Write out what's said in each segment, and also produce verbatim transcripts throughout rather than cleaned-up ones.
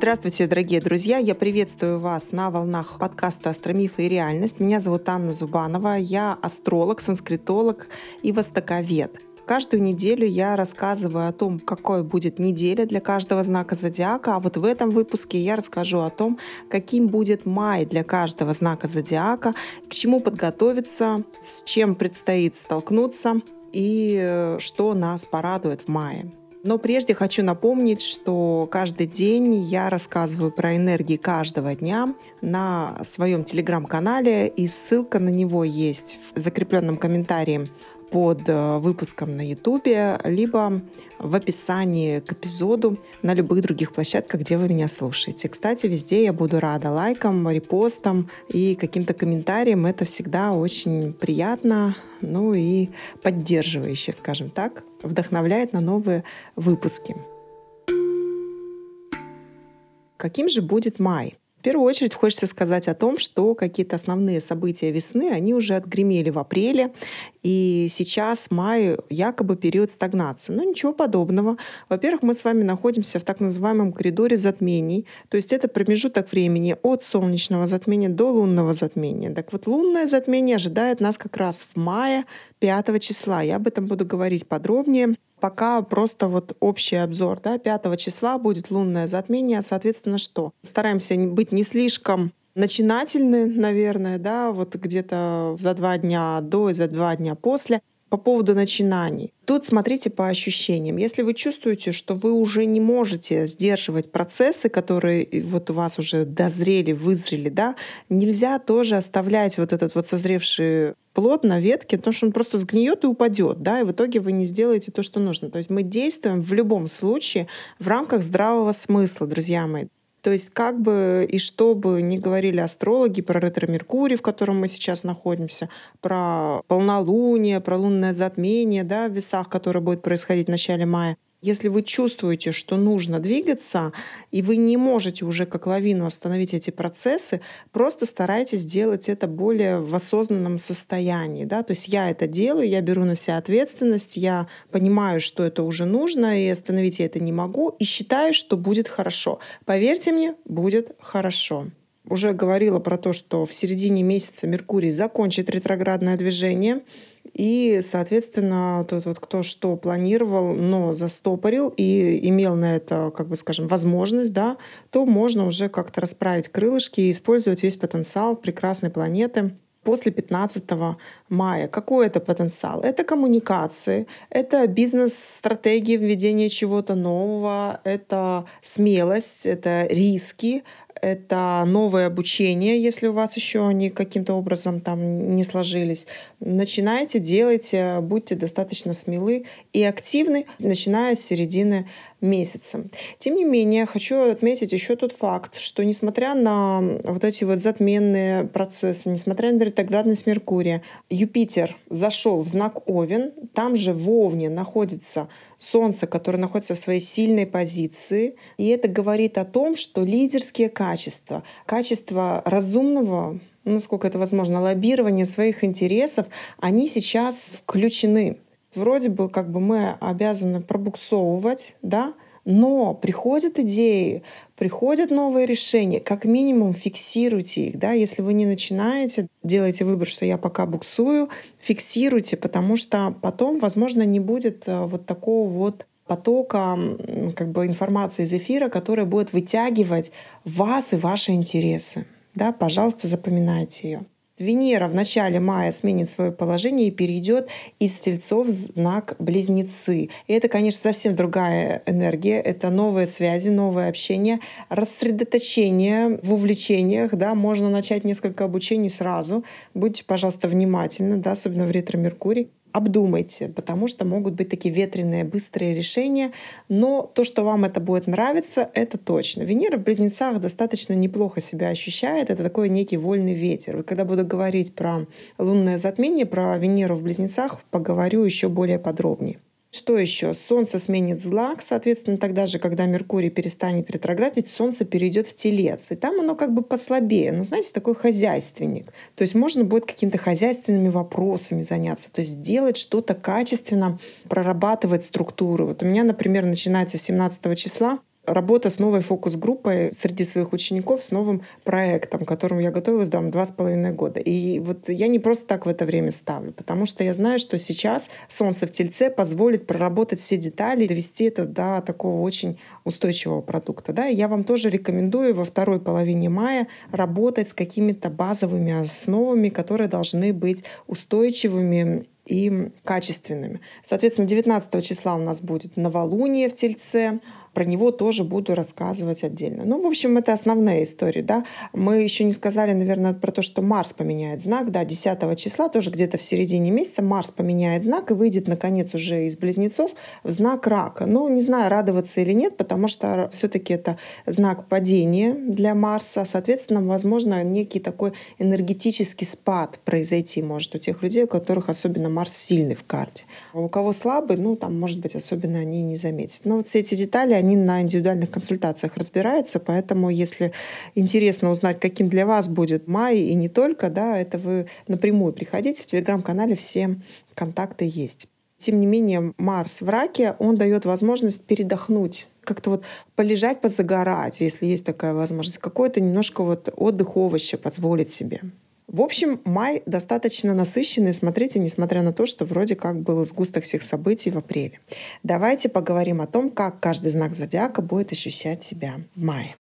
Здравствуйте, дорогие друзья! Я приветствую вас на волнах подкаста «Астромифы и реальность». Меня зовут Анна Зубанова. Я астролог, санскритолог и востоковед. Каждую неделю я рассказываю о том, какой будет неделя для каждого знака зодиака, а вот в этом выпуске я расскажу о том, каким будет май для каждого знака зодиака, к чему подготовиться, с чем предстоит столкнуться и что нас порадует в мае. Но прежде хочу напомнить, что каждый день я рассказываю про энергии каждого дня на своем телеграм-канале, и ссылка на него есть в закрепленном комментарии под выпуском на ютубе, либо в описании к эпизоду на любых других площадках, где вы меня слушаете. Кстати, везде я буду рада лайкам, репостам и каким-то комментариям. Это всегда очень приятно, ну и поддерживающе, скажем так, вдохновляет на новые выпуски. Каким же будет май? В первую очередь хочется сказать о том, что какие-то основные события весны, они уже отгремели в апреле, и сейчас май якобы период стагнации. Но ничего подобного. Во-первых, мы с вами находимся в так называемом коридоре затмений, то есть это промежуток времени от солнечного затмения до лунного затмения. Так вот, лунное затмение ожидает нас как раз в мае пятого числа. Я об этом буду говорить подробнее. Пока просто вот общий обзор. Да? пятого числа будет лунное затмение. Соответственно, что? Стараемся быть не слишком начинательны, наверное, да, вот где-то за два дня до и за два дня после. По поводу начинаний. Тут смотрите по ощущениям. Если вы чувствуете, что вы уже не можете сдерживать процессы, которые вот у вас уже дозрели, вызрели, да, нельзя тоже оставлять вот этот вот созревший плод на ветке, потому что он просто сгниет и упадет, да, и в итоге вы не сделаете то, что нужно. То есть мы действуем в любом случае в рамках здравого смысла, друзья мои. То есть как бы и что бы ни говорили астрологи про ретро-Меркурий, в котором мы сейчас находимся, про полнолуние, про лунное затмение, да, в весах, которое будет происходить в начале мая. Если вы чувствуете, что нужно двигаться, и вы не можете уже как лавину остановить эти процессы, просто старайтесь делать это более в осознанном состоянии. Да? То есть я это делаю, я беру на себя ответственность, я понимаю, что это уже нужно, и остановить я это не могу, и считаю, что будет хорошо. Поверьте мне, будет хорошо. Уже говорила про то, что в середине месяца Меркурий закончит ретроградное движение, и, соответственно, тот, вот, кто что планировал, но застопорил и имел на это, как бы скажем, возможность, да, то можно уже как-то расправить крылышки и использовать весь потенциал прекрасной планеты после пятнадцатого мая. Какой это потенциал? Это коммуникации, это бизнес-стратегии введения чего-то нового, это смелость, это риски, это новое обучение, если у вас еще они каким-то образом там не сложились. Начинайте, делайте, будьте достаточно смелы и активны, начиная с середины месяца. Тем не менее, хочу отметить еще тот факт, что несмотря на вот эти вот затменные процессы, несмотря на ретроградность Меркурия, Юпитер зашел в знак Овен, там же в Овне находится Солнце, которое находится в своей сильной позиции. И это говорит о том, что лидерские качества, качества разумного, насколько это возможно, лоббирования своих интересов, они сейчас включены. Вроде бы как бы мы обязаны пробуксовывать, да, но приходят идеи, приходят новые решения, как минимум фиксируйте их, да, если вы не начинаете, делайте выбор, что я пока буксую, фиксируйте, потому что потом, возможно, не будет вот такого вот потока как бы информации из эфира, которая будет вытягивать вас и ваши интересы. Да, пожалуйста, запоминайте ее. Венера в начале мая сменит свое положение и перейдет из Тельцов в знак Близнецы. И это, конечно, совсем другая энергия. Это новые связи, новое общение, рассредоточение в увлечениях. Да? Можно начать несколько обучений сразу. Будьте, пожалуйста, внимательны, да? Особенно в ретро-Меркурий. Обдумайте, потому что могут быть такие ветреные, быстрые решения. Но то, что вам это будет нравиться, это точно. Венера в Близнецах достаточно неплохо себя ощущает. Это такой некий вольный ветер. И когда буду говорить про лунное затмение, про Венеру в Близнецах, поговорю еще более подробнее. Что еще? Солнце сменит знак, соответственно, тогда же, когда Меркурий перестанет ретроградить, Солнце перейдет в Телец. И там оно как бы послабее. Но, знаете, такой хозяйственник. То есть можно будет какими-то хозяйственными вопросами заняться. То есть сделать что-то качественно, прорабатывать структуру. Вот у меня, например, начинается с семнадцатого числа работа с новой фокус-группой среди своих учеников, с новым проектом, к которому я готовилась там два с половиной года. И вот я не просто так в это время ставлю, потому что я знаю, что сейчас Солнце в Тельце позволит проработать все детали и довести это до такого очень устойчивого продукта. Да? И я вам тоже рекомендую во второй половине мая работать с какими-то базовыми основами, которые должны быть устойчивыми и качественными. Соответственно, девятнадцатого числа у нас будет новолуние в Тельце. Про него тоже буду рассказывать отдельно. Ну, в общем, это основная история. Да? Мы еще не сказали, наверное, про то, что Марс поменяет знак. Да, десятого числа, тоже где-то в середине месяца, Марс поменяет знак и выйдет, наконец, уже из Близнецов в знак Рака. Ну, не знаю, радоваться или нет, потому что все-таки это знак падения для Марса. Соответственно, возможно, некий такой энергетический спад произойти может у тех людей, у которых особенно Марс сильный в карте. А у кого слабый, ну, там, может быть, особенно они не заметят. Но вот все эти детали, они на индивидуальных консультациях разбираются, поэтому если интересно узнать, каким для вас будет май и не только, да, это вы напрямую приходите, в телеграм-канале все контакты есть. Тем не менее, Марс в Раке, он дает возможность передохнуть, как-то вот полежать, позагорать, если есть такая возможность, какой-то немножко вот отдых, овощи позволить себе. В общем, май достаточно насыщенный, смотрите, несмотря на то, что вроде как был сгусток всех событий в апреле. Давайте поговорим о том, как каждый знак зодиака будет ощущать себя в мае.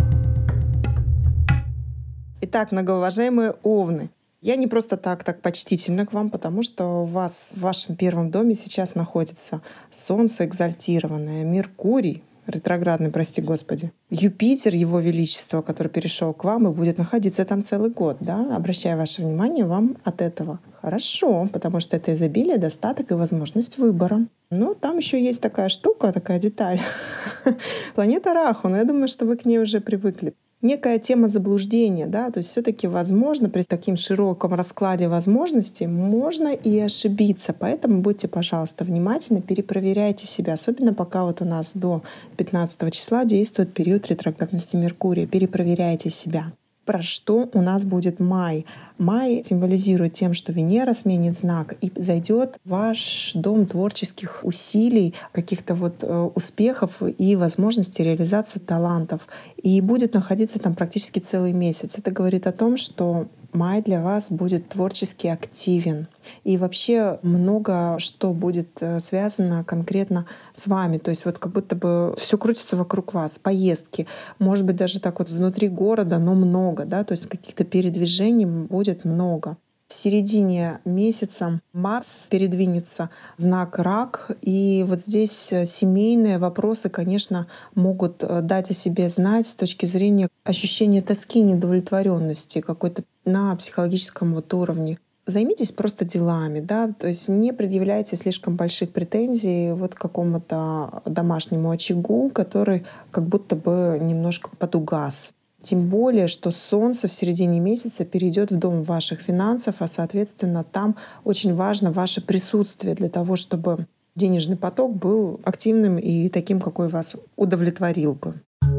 Итак, многоуважаемые Овны, я не просто так, так почтительно к вам, потому что у вас в вашем первом доме сейчас находится Солнце экзальтированное, Меркурий, ретроградный, прости господи, Юпитер, его величество, который перешел к вам и будет находиться там целый год, да, обращая ваше внимание, вам от этого хорошо, потому что это изобилие, достаток и возможность выбора. Но там еще есть такая штука, такая деталь. Планета Раху, но я думаю, что вы к ней уже привыкли. Некая тема заблуждения, да, то есть все-таки возможно при таким широком раскладе возможностей можно и ошибиться, поэтому будьте, пожалуйста, внимательны, перепроверяйте себя, особенно пока вот у нас до пятнадцатого числа действует период ретроградности Меркурия, перепроверяйте себя. Про что у нас будет май? Май символизирует тем, что Венера сменит знак и зайдет в ваш дом творческих усилий, каких-то вот успехов и возможностей реализации талантов. И будет находиться там практически целый месяц. Это говорит о том, что май для вас будет творчески активен. И вообще много что будет связано конкретно с вами. То есть вот как будто бы все крутится вокруг вас. Поездки, может быть, даже так вот внутри города, но много, да, то есть каких-то передвижений будет много. В середине месяца Марс передвинется в знак Рак, и вот здесь семейные вопросы, конечно, могут дать о себе знать с точки зрения ощущения тоски, недовлетворенности какой-то на психологическом вот уровне. Займитесь просто делами, да, то есть не предъявляйте слишком больших претензий вот к какому-то домашнему очагу, который как будто бы немножко подугас. Тем более, что Солнце в середине месяца перейдет в дом ваших финансов, а соответственно там очень важно ваше присутствие для того, чтобы денежный поток был активным и таким, какой вас удовлетворил бы.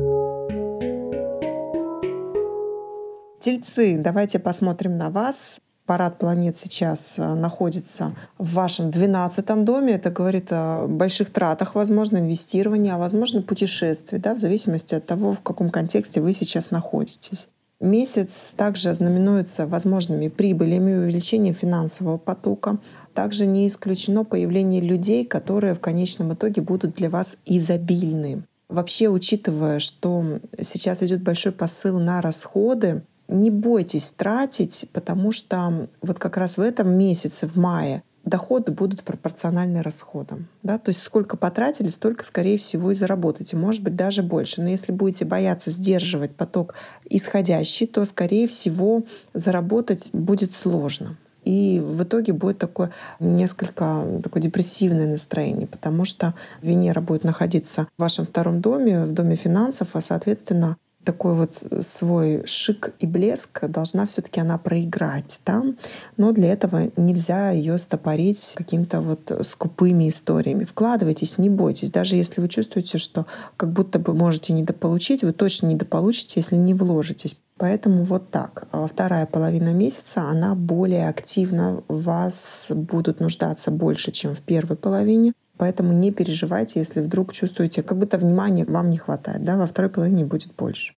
Тельцы, давайте посмотрим на вас. Парад планет сейчас находится в вашем двенадцатом доме. Это говорит о больших тратах, возможно, инвестировании, а возможно, путешествии, да, в зависимости от того, в каком контексте вы сейчас находитесь. Месяц также знаменуется возможными прибылями и увеличением финансового потока. Также не исключено появление людей, которые в конечном итоге будут для вас изобильны. Вообще, учитывая, что сейчас идет большой посыл на расходы, не бойтесь тратить, потому что вот как раз в этом месяце, в мае, доходы будут пропорциональны расходам. Да? То есть сколько потратили, столько, скорее всего, и заработаете. Может быть, даже больше. Но если будете бояться сдерживать поток исходящий, то, скорее всего, заработать будет сложно. И в итоге будет такое несколько такое депрессивное настроение, потому что Венера будет находиться в вашем втором доме, в доме финансов, а, соответственно, такой вот свой шик и блеск должна все-таки она проиграть там, но для этого нельзя ее стопорить какими-то вот скупыми историями. Вкладывайтесь, не бойтесь, даже если вы чувствуете, что как будто бы можете недополучить, вы точно недополучите, если не вложитесь. Поэтому вот так. Вторая половина месяца, она более активна, в вас будут нуждаться больше, чем в первой половине. Поэтому не переживайте, если вдруг чувствуете, как будто внимания вам не хватает. Да? Во второй половине будет больше.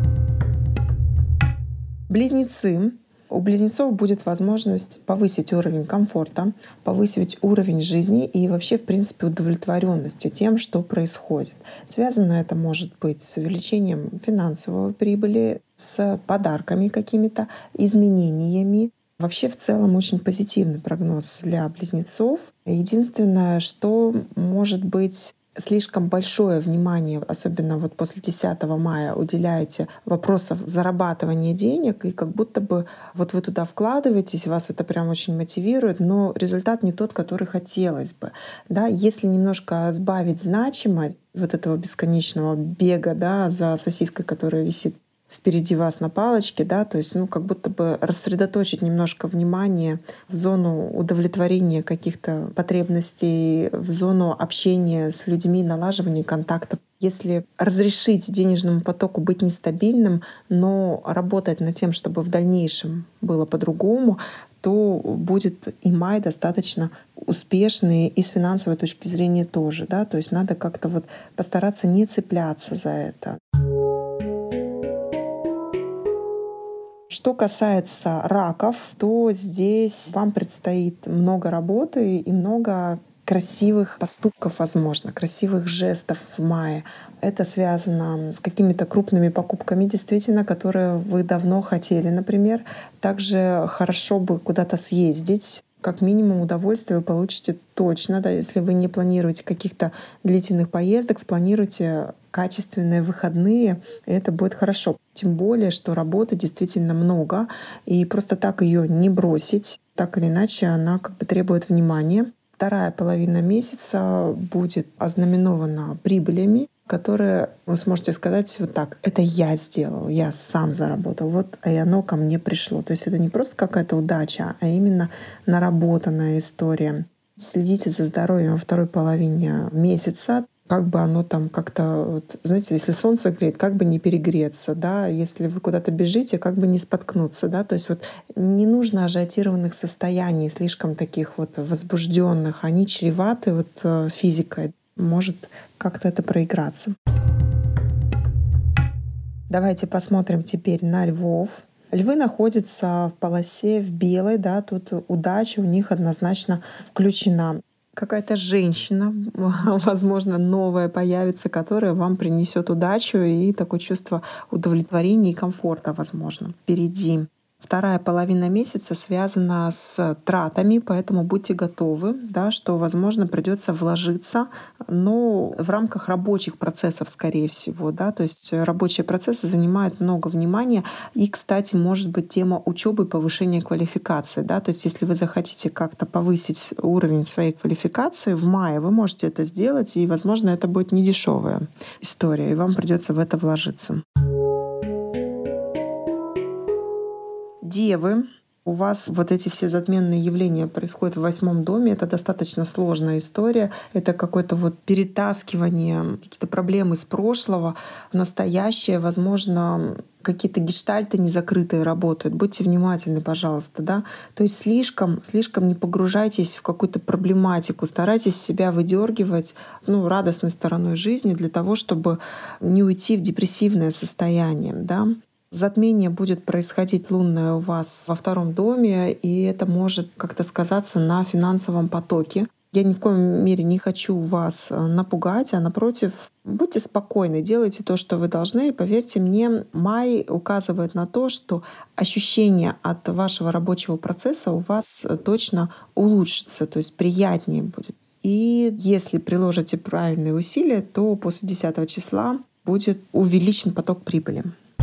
Близнецы. У близнецов будет возможность повысить уровень комфорта, повысить уровень жизни и вообще, в принципе, удовлетворенностью тем, что происходит. Связано это может быть с увеличением финансовой прибыли, с подарками какими-то, изменениями. Вообще, в целом, очень позитивный прогноз для близнецов. Единственное, что может быть слишком большое внимание, особенно вот после десятого мая, уделяете вопросам зарабатывания денег, и как будто бы вот вы туда вкладываетесь, вас это прям очень мотивирует, но результат не тот, который хотелось бы. Да? Если немножко сбавить значимость вот этого бесконечного бега, да, за сосиской, которая висит впереди вас на палочке, да, то есть, ну, как будто бы рассредоточить немножко внимание в зону удовлетворения каких-то потребностей, в зону общения с людьми, налаживания контактов. Если разрешить денежному потоку быть нестабильным, но работать над тем, чтобы в дальнейшем было по-другому, то будет и май достаточно успешный и с финансовой точки зрения тоже, да, то есть надо как-то вот постараться не цепляться за это. Что касается раков, то здесь вам предстоит много работы и много красивых поступков, возможно, красивых жестов в мае. Это связано с какими-то крупными покупками, действительно, которые вы давно хотели, например. Также хорошо бы куда-то съездить. Как минимум удовольствие вы получите точно, да, если вы не планируете каких-то длительных поездок, спланируйте качественные выходные, и это будет хорошо. Тем более, что работы действительно много, и просто так ее не бросить, так или иначе она как бы требует внимания. Вторая половина месяца будет ознаменована прибылями, которые вы сможете сказать вот так: это я сделал, я сам заработал, вот, и оно ко мне пришло. То есть это не просто какая-то удача, а именно наработанная история. Следите за здоровьем во второй половине месяца. Как бы оно там как-то, вот, знаете, если солнце греет, как бы не перегреться, да, если вы куда-то бежите, как бы не споткнуться, да, то есть вот не нужно ажиотированных состояний, слишком таких вот возбужденных, они чреваты вот физикой, может как-то это проиграться. Давайте посмотрим теперь на львов. Львы находятся в полосе в белой, да, тут удача у них однозначно включена. Какая-то женщина, возможно, новая появится, которая вам принесет удачу и такое чувство удовлетворения и комфорта, возможно, впереди. Вторая половина месяца связана с тратами, поэтому будьте готовы, да, что, возможно, придется вложиться, но в рамках рабочих процессов, скорее всего. Да, то есть рабочие процессы занимают много внимания. И, кстати, может быть тема учебы и повышения квалификации. Да, то есть если вы захотите как-то повысить уровень своей квалификации, в мае вы можете это сделать, и, возможно, это будет недешевая история, и вам придется в это вложиться. Девы, у вас вот эти все затменные явления происходят в восьмом доме. Это достаточно сложная история. Это какое-то вот перетаскивание, какие-то проблемы из прошлого в настоящее. Возможно, какие-то гештальты незакрытые работают. Будьте внимательны, пожалуйста. Да? То есть слишком, слишком не погружайтесь в какую-то проблематику. Старайтесь себя выдергивать, ну, радостной стороной жизни для того, чтобы не уйти в депрессивное состояние. Да? Затмение будет происходить лунное у вас во втором доме, и это может как-то сказаться на финансовом потоке. Я ни в коем мере не хочу вас напугать, а напротив, будьте спокойны, делайте то, что вы должны. И поверьте мне, май указывает на то, что ощущение от вашего рабочего процесса у вас точно улучшится, то есть приятнее будет. И если приложите правильные усилия, то после десятого числа будет увеличен поток прибыли.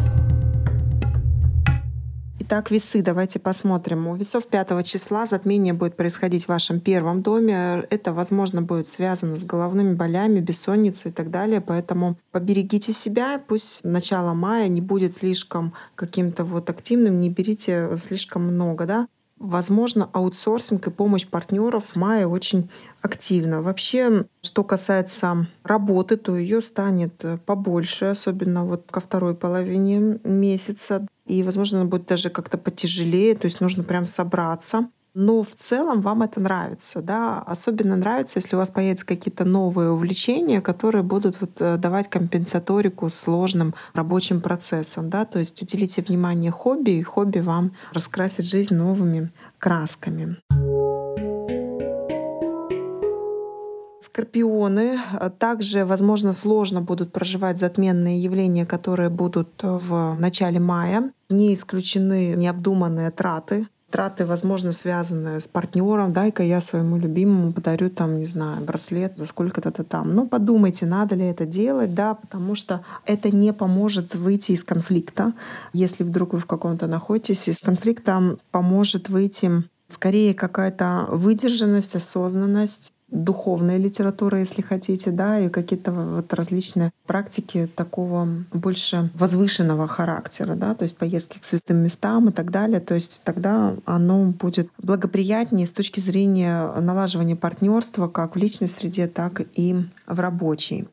Итак, весы, давайте посмотрим. У весов пятого числа затмение будет происходить в вашем первом доме. Это, возможно, будет связано с головными болями, бессонницей и так далее. Поэтому поберегите себя. Пусть начало мая не будет слишком каким-то вот активным, не берите слишком много, да. Возможно, аутсорсинг и помощь партнеров в мае очень активно. Вообще, что касается работы, то ее станет побольше, особенно вот ко второй половине месяца. И, возможно, она будет даже как-то потяжелее, то есть нужно прям собраться. Но в целом вам это нравится, да. Особенно нравится, если у вас появятся какие-то новые увлечения, которые будут вот э, давать компенсаторику сложным рабочим процессам, да. То есть уделите внимание хобби, и хобби вам раскрасит жизнь новыми красками. Скорпионы а, также, возможно, сложно будут проживать затменные явления, которые будут в начале мая. Не исключены необдуманные траты. Траты, возможно, связанные с партнером. Дай-ка я своему любимому подарю там, не знаю, браслет за сколько-то там. Ну, подумайте, надо ли это делать, да, потому что это не поможет выйти из конфликта. Если вдруг вы в каком-то находитесь, из конфликта поможет выйти скорее какая-то выдержанность, осознанность, духовная литература, если хотите, да, и какие-то вот различные практики такого больше возвышенного характера, да, то есть поездки к святым местам и так далее. То есть тогда оно будет благоприятнее с точки зрения налаживания партнерства как в личной среде, так и в рабочей.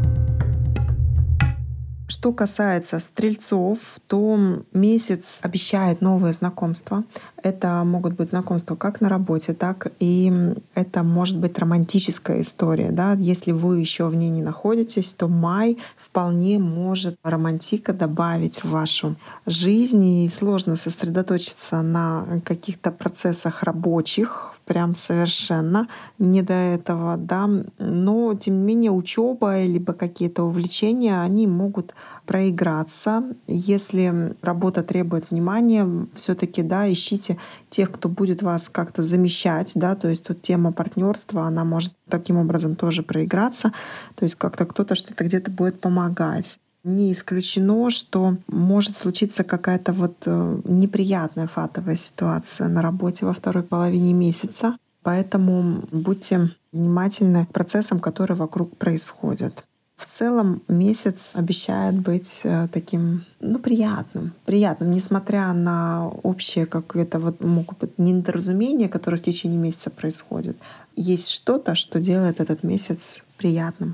Что касается стрельцов, то месяц обещает новые знакомства. Это могут быть знакомства как на работе, так и это может быть романтическая история. Да? Если вы еще в ней не находитесь, то май вполне может романтика добавить в вашу жизнь. И сложно сосредоточиться на каких-то процессах рабочих, прям совершенно не до этого, да. Но тем не менее учеба либо какие-то увлечения, они могут проиграться. Если работа требует внимания, все-таки, да, ищите тех, кто будет вас как-то замещать, да, то есть тут тема партнерства, она может таким образом тоже проиграться, то есть как-то кто-то что-то где-то будет помогать. Не исключено, что может случиться какая-то вот э, неприятная фатовая ситуация на работе во второй половине месяца. Поэтому будьте внимательны к процессам, которые вокруг происходят. В целом месяц обещает быть э, таким, ну, приятным, приятным, несмотря на общее какое-то вот могут быть недоразумения, которые в течение месяца происходят. Есть что-то, что делает этот месяц приятным.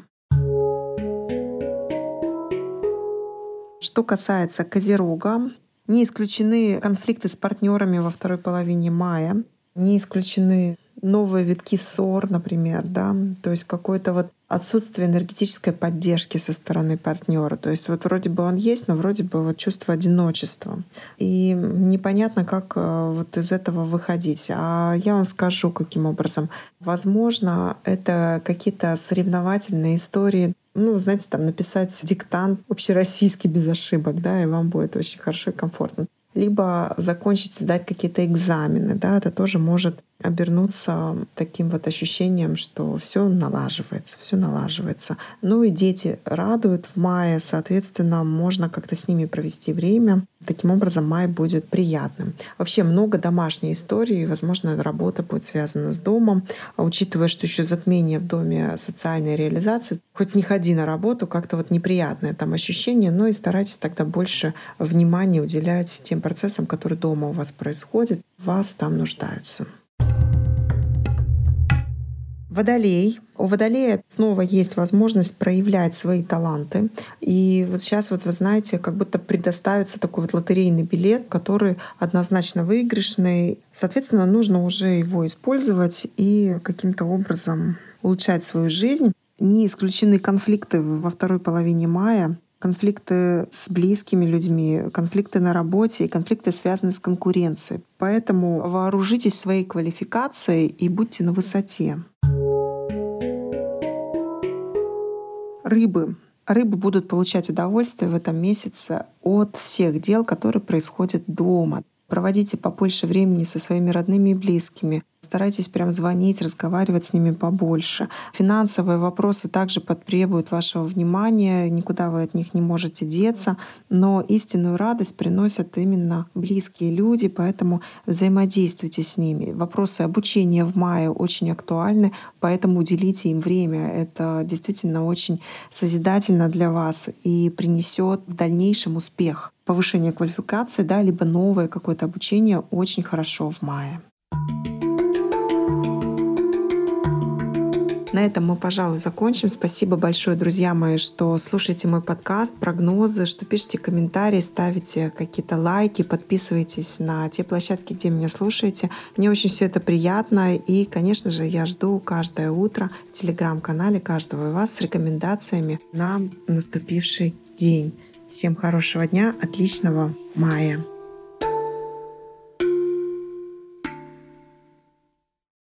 Что касается Козерога, не исключены конфликты с партнерами во второй половине мая, не исключены новые витки ссор, например, да, то есть какое-то вот отсутствие энергетической поддержки со стороны партнера. То есть вот вроде бы он есть, но вроде бы вот чувство одиночества. И непонятно, как э, вот из этого выходить. А я вам скажу, каким образом. Возможно, это какие-то соревновательные истории. Ну, знаете, там написать диктант общероссийский без ошибок, да, и вам будет очень хорошо и комфортно. Либо закончить, сдать какие-то экзамены, да, это тоже может обернуться таким вот ощущением, что все налаживается, все налаживается. Ну и дети радуют в мае, соответственно, можно как-то с ними провести время. Таким образом, май будет приятным. Вообще много домашней истории, возможно, работа будет связана с домом. А учитывая, что еще затмение в доме социальной реализации, хоть не ходи на работу, как-то вот неприятное там ощущение, но и старайтесь тогда больше внимания уделять тем процессам, которые дома у вас происходят, в вас там нуждаются. Водолей. У Водолея снова есть возможность проявлять свои таланты. И вот сейчас, вот вы знаете, как будто предоставится такой вот лотерейный билет, который однозначно выигрышный. Соответственно, нужно уже его использовать и каким-то образом улучшать свою жизнь. Не исключены конфликты во второй половине мая. Конфликты с близкими людьми, конфликты на работе и конфликты, связанные с конкуренцией. Поэтому вооружитесь своей квалификацией и будьте на высоте. Рыбы. Рыбы будут получать удовольствие в этом месяце от всех дел, которые происходят дома. Проводите побольше времени со своими родными и близкими. Старайтесь прям звонить, разговаривать с ними побольше. Финансовые вопросы также потребуют вашего внимания, никуда вы от них не можете деться, но истинную радость приносят именно близкие люди, поэтому взаимодействуйте с ними. Вопросы обучения в мае очень актуальны, поэтому уделите им время. Это действительно очень созидательно для вас и принесет в дальнейшем успех. Повышение квалификации, да, либо новое какое-то обучение очень хорошо в мае. На этом мы, пожалуй, закончим. Спасибо большое, друзья мои, что слушаете мой подкаст, прогнозы, что пишете комментарии, ставите какие-то лайки, подписывайтесь на те площадки, где меня слушаете. Мне очень все это приятно. И, конечно же, я жду каждое утро в телеграм-канале каждого из вас с рекомендациями на наступивший день. Всем хорошего дня, отличного мая.